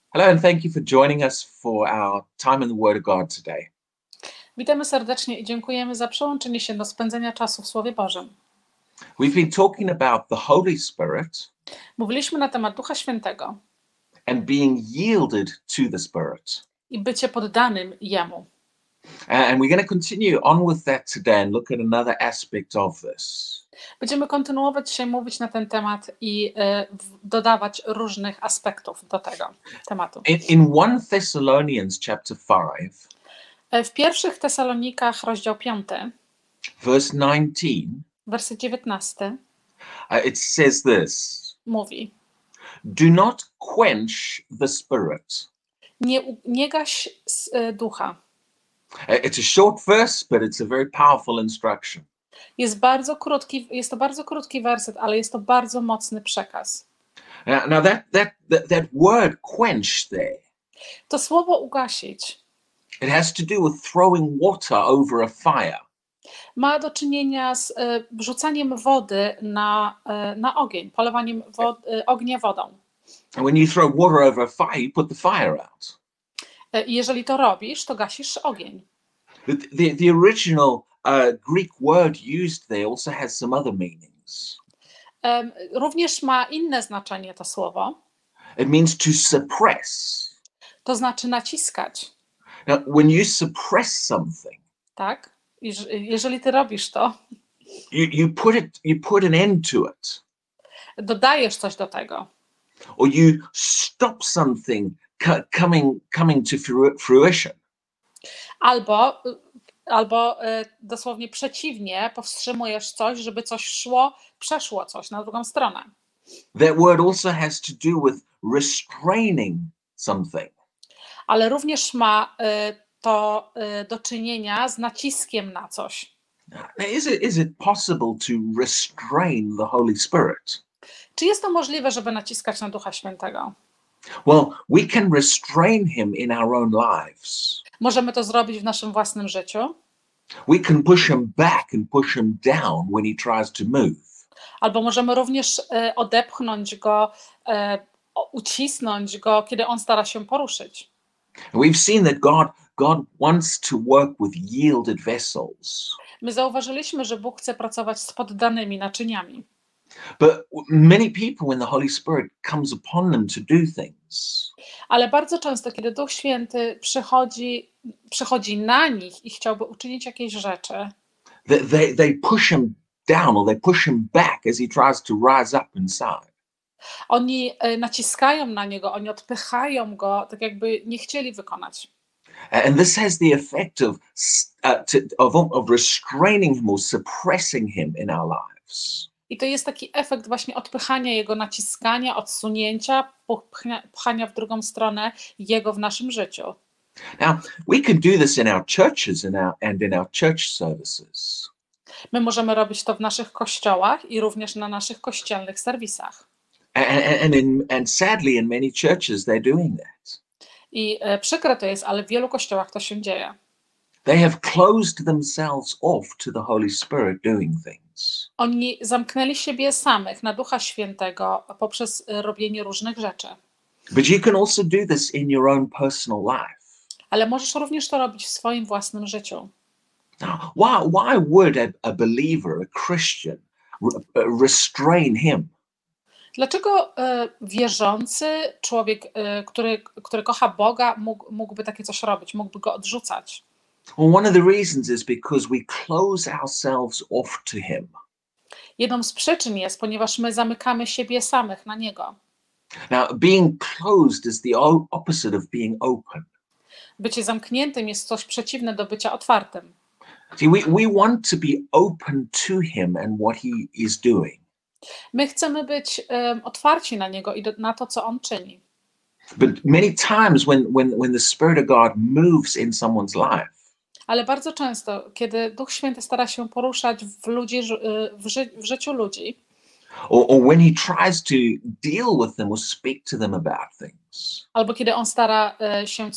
Hello, and thank you for joining us for our time in the Word of God today. Witamy serdecznie i dziękujemy za przyłączenie się do spędzenia czasu w Słowie Bożym. We've been talking about the Holy Spirit Mówiliśmy na temat Ducha Świętego and being yielded to the Spirit. i bycie poddanym Jemu. And we're going to continue on with that today and look at another aspect of this. Będziemy kontynuować dzisiaj mówić na ten temat i dodawać różnych aspektów do tego tematu. In 1 Thessalonians chapter 5, W pierwszych Tesalonikach, rozdział 5, verse 19, werset 19, it says this: mówi: Do not quench the Spirit. nie gaś ducha. It's a short verse, but it's a very powerful instruction. Jest to bardzo krótki werset, ale jest to bardzo mocny przekaz. Now that word quench there, To słowo ugasić it has to do with throwing water over a fire. ma do czynienia z wrzucaniem wody na ogień, polewaniem ognia wodą. And when you throw water over a fire, you put the fire out. I jeżeli to robisz, to gasisz ogień. The original Greek word used there also has some other meanings. Również ma inne znaczenie to słowo. It means to suppress. To znaczy naciskać. Now, when you suppress something, Tak? Jeżeli ty robisz to, you put an end to it, dodajesz coś do tego. or you stop something coming to fruition. Albo dosłownie przeciwnie, powstrzymujesz coś, żeby coś przeszło coś na drugą stronę. That word also has to do with restraining something. Ale również ma to do czynienia z naciskiem na coś. Now, is it possible to restrain the Holy Spirit? Czy jest to możliwe, żeby naciskać na Ducha Świętego? Well, we can restrain him in our own lives. Możemy to zrobić w naszym własnym życiu. We can push him back and push him down when he tries to move. Albo możemy również odepchnąć go, ucisnąć go, kiedy on stara się poruszyć. We've seen that God wants to work with yielded vessels. My zauważyliśmy, że Bóg chce pracować z poddanymi naczyniami. But many people, when the Holy Spirit comes upon them to do things, Ale bardzo często, kiedy Duch Święty przychodzi na nich i chciałby uczynić jakieś rzeczy, they push him down or they push him back as he tries to rise up inside. oni naciskają na niego, oni odpychają go, tak jakby nie chcieli wykonać. And this has the effect of restraining him or suppressing him in our lives. I to jest taki efekt właśnie odpychania jego, naciskania, odsunięcia, pchania w drugą stronę jego w naszym życiu. Now, we can do this in our churches and in our church services. My możemy robić to w naszych kościołach i również na naszych kościelnych serwisach. And sadly, in many churches, they're doing that. I przykre to jest, ale w wielu kościołach to się dzieje. They have closed themselves off to the Holy Spirit doing things. Oni zamknęli siebie samych na Ducha Świętego poprzez robienie różnych rzeczy. But you can also do this in your own personal life. Ale możesz również to robić w swoim własnym życiu. Now, why would a believer, a Christian, restrain him? Dlaczego wierzący człowiek, który kocha Boga, mógłby takie coś robić, mógłby go odrzucać? Well, one of the reasons is because we close ourselves off to him. Jedną z przyczyn jest, ponieważ my zamykamy siebie samych na Niego. Now, being closed is the opposite of being open. Bycie zamkniętym jest coś przeciwne do bycia otwartym. See, we want to be open to him and what he is doing. My chcemy być otwarci na Niego i na to, co On czyni. But many times when the Spirit of God moves in someone's life, Ale bardzo często, kiedy Duch Święty stara się poruszać w życiu ludzi, or when he tries to deal with them or speak to them about things, albo kiedy On stara się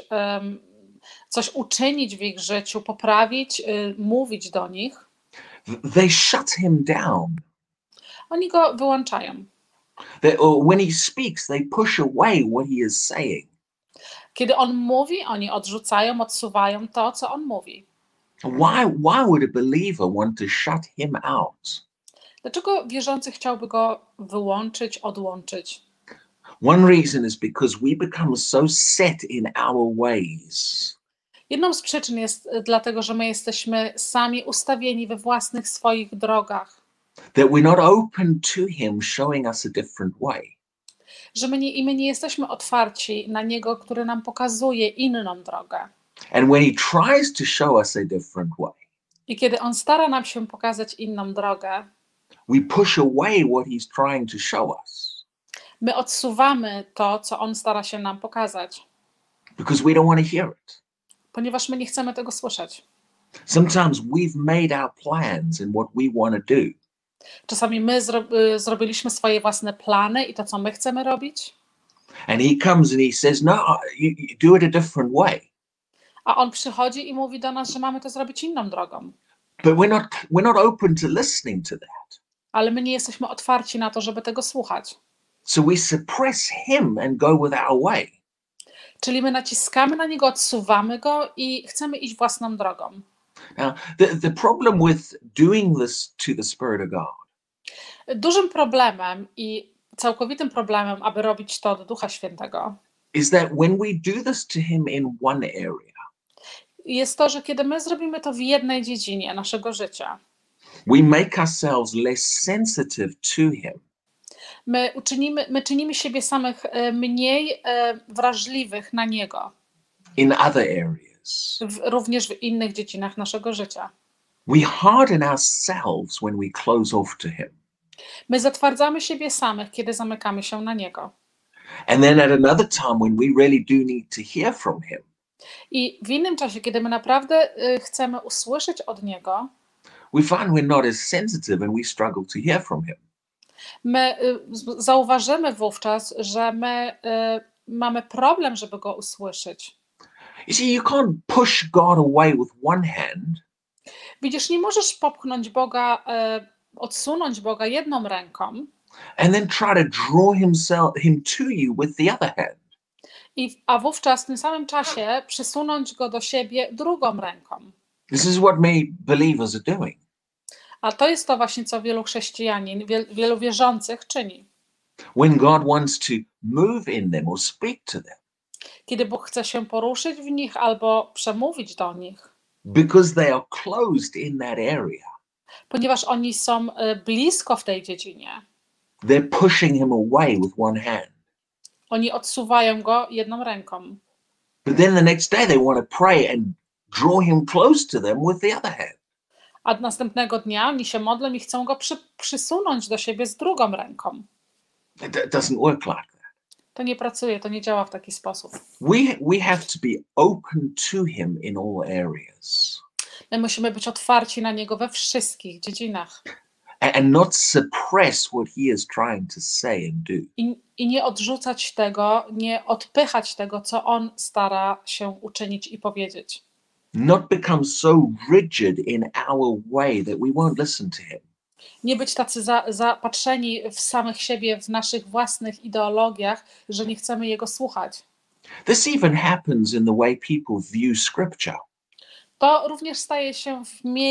coś uczynić w ich życiu, poprawić, mówić do nich, they shut him down. oni go wyłączają. Or when he speaks, they push away what he is saying. Kiedy on mówi, oni odrzucają, odsuwają to, co on mówi. Why would a believer want to shut him out? Dlaczego wierzący chciałby go wyłączyć, odłączyć? One reason is because we become so set in our ways. Jedną z przyczyn jest dlatego, że my jesteśmy sami ustawieni we własnych swoich drogach. That we're not open to him showing us a different way. Że my nie jesteśmy otwarci na niego, który nam pokazuje inną drogę. And when he tries to show us a different way, I kiedy on stara nam się pokazać inną drogę, we push away what he's trying to show us. my odsuwamy to, co on stara się nam pokazać. Because we don't want to hear it. Ponieważ my nie chcemy tego słyszeć. Sometimes we've made our plans and what we want to do. Czasami my zrobiliśmy swoje własne plany i to, co my chcemy robić. And he comes and he says, no, you do it a different way. A on przychodzi i mówi do nas, że mamy to zrobić inną drogą. But we're not open to listening to that. Ale my nie jesteśmy otwarci na to, żeby tego słuchać. So we suppress him and go with our way. Czyli my naciskamy na niego, odsuwamy go i chcemy iść własną drogą. Now, the problem with doing this to the Spirit of God Dużym problemem i całkowitym problemem, aby robić to do Ducha Świętego, is that when we do this to him in one area, jest to, że kiedy my zrobimy to w jednej dziedzinie naszego życia, we make ourselves less sensitive to him. my czynimy siebie samych mniej wrażliwych na niego. In other areas, Również w innych dziedzinach naszego życia. we harden ourselves when we close off to him. My zatwardzamy siebie samych, kiedy zamykamy się na niego. And then at another time when we really do need to hear from him, I w innym czasie, kiedy my naprawdę chcemy usłyszeć od niego, we find we're not as sensitive and we struggle to hear from him. my zauważymy wówczas, że my mamy problem, żeby go usłyszeć. You see, you can't push God away with one hand Widzisz, nie możesz popchnąć Boga, odsunąć Boga jedną ręką and then try to draw him to you with the other hand. a wówczas w tym samym czasie przysunąć go do siebie drugą ręką. This is what many believers are doing. A to jest to właśnie, co wielu chrześcijanin, wielu wierzących czyni. When God wants to move in them or speak to them, Kiedy Bóg chce się poruszyć w nich albo przemówić do nich, because they are closed in that area, ponieważ oni są blisko w tej dziedzinie, they're pushing him away with one hand. oni odsuwają go jedną ręką. But then the next day they want to pray and draw him close to them with the other hand. A następnego dnia oni się modlą i chcą go przysunąć do siebie z drugą ręką. It doesn't work like that. To nie pracuje, to nie działa w taki sposób. We have to be open to him in all areas My musimy być otwarci na niego we wszystkich dziedzinach and not suppress what he is trying to say and do. i nie odrzucać tego, nie odpychać tego, co on stara się uczynić i powiedzieć. Not become so rigid in our way that we won't listen to him. Nie być tacy zapatrzeni w samych siebie, w naszych własnych ideologiach, że nie chcemy jego słuchać. This even happens in the way people view scripture. To również staje się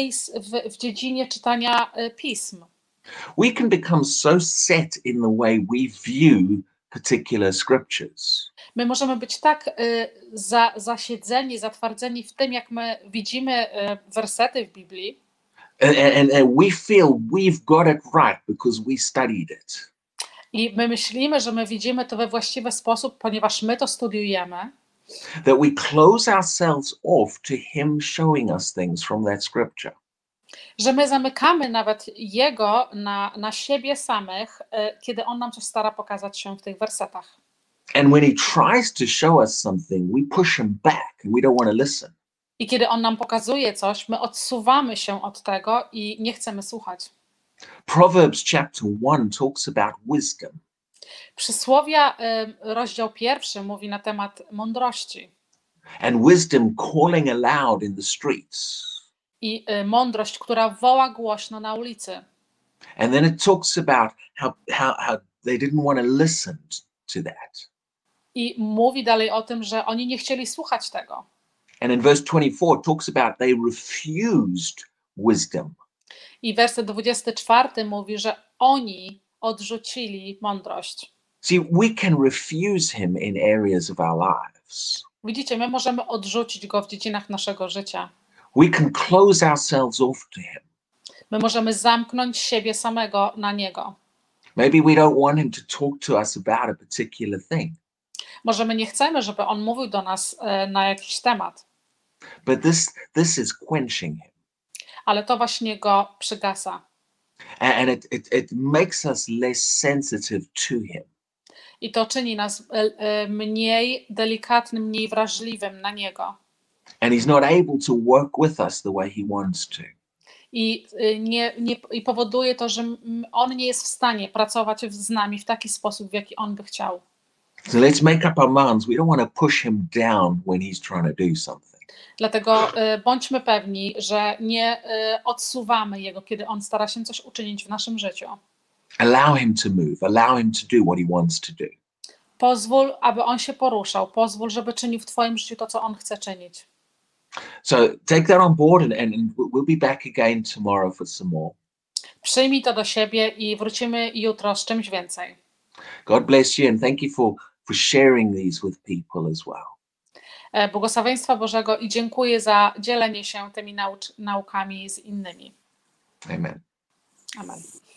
w dziedzinie czytania pism. We can become so set in the way we view particular scriptures. My możemy być tak zasiedzeni, zatwardzeni w tym, jak my widzimy wersety w Biblii, And we feel we've got it right because we studied it. i my myślimy, że my widzimy to we właściwy sposób, ponieważ my to studiujemy, That we close ourselves off to him showing us things from that scripture. że my zamykamy nawet jego na siebie samych, kiedy on nam coś stara pokazać się w tych wersetach. And when he tries to show us something, we push him back and we don't want to listen. I kiedy on nam pokazuje coś, my odsuwamy się od tego i nie chcemy słuchać. Proverbs chapter 1 talks about wisdom. Przysłowia, rozdział 1 mówi na temat mądrości. And wisdom calling aloud in the streets. I mądrość, która woła głośno na ulicy. And then it talks about how they didn't want to listen to that. I mówi dalej o tym, że oni nie chcieli słuchać tego. And in verse 24 talks about they refused wisdom. I werset 24 mówi, że oni odrzucili mądrość. See, we can refuse him in areas of our lives. Widzicie, my możemy odrzucić go w dziedzinach naszego życia. We can close ourselves off to him. My możemy zamknąć siebie samego na niego. Maybe we don't want him to talk to us about a particular thing. Może my nie chcemy, żeby on mówił do nas na jakiś temat, But this is quenching him. ale to właśnie go przygasa. And it makes us less sensitive to him. I to czyni nas mniej delikatnym, mniej wrażliwym na niego. And he's not able to work with us the way he wants to. I powoduje to, że on nie jest w stanie pracować z nami w taki sposób, w jaki on by chciał. So let's make up our minds. We don't want to push him down when he's trying to do something. Dlatego bądźmy pewni, że nie odsuwamy jego, kiedy on stara się coś uczynić w naszym życiu. Allow him to move. Allow him to do what he wants to do. Pozwól, aby on się poruszał. Pozwól, żeby czynił w twoim życiu to, co on chce czynić. So take that on board and we'll be back again tomorrow for some more. Przyjmij to do siebie i wrócimy jutro z czymś więcej. God bless you and thank you for sharing these with people as well. Błogosławieństwa Bożego i dziękuję za dzielenie się tymi naukami z innymi. Amen. Amen.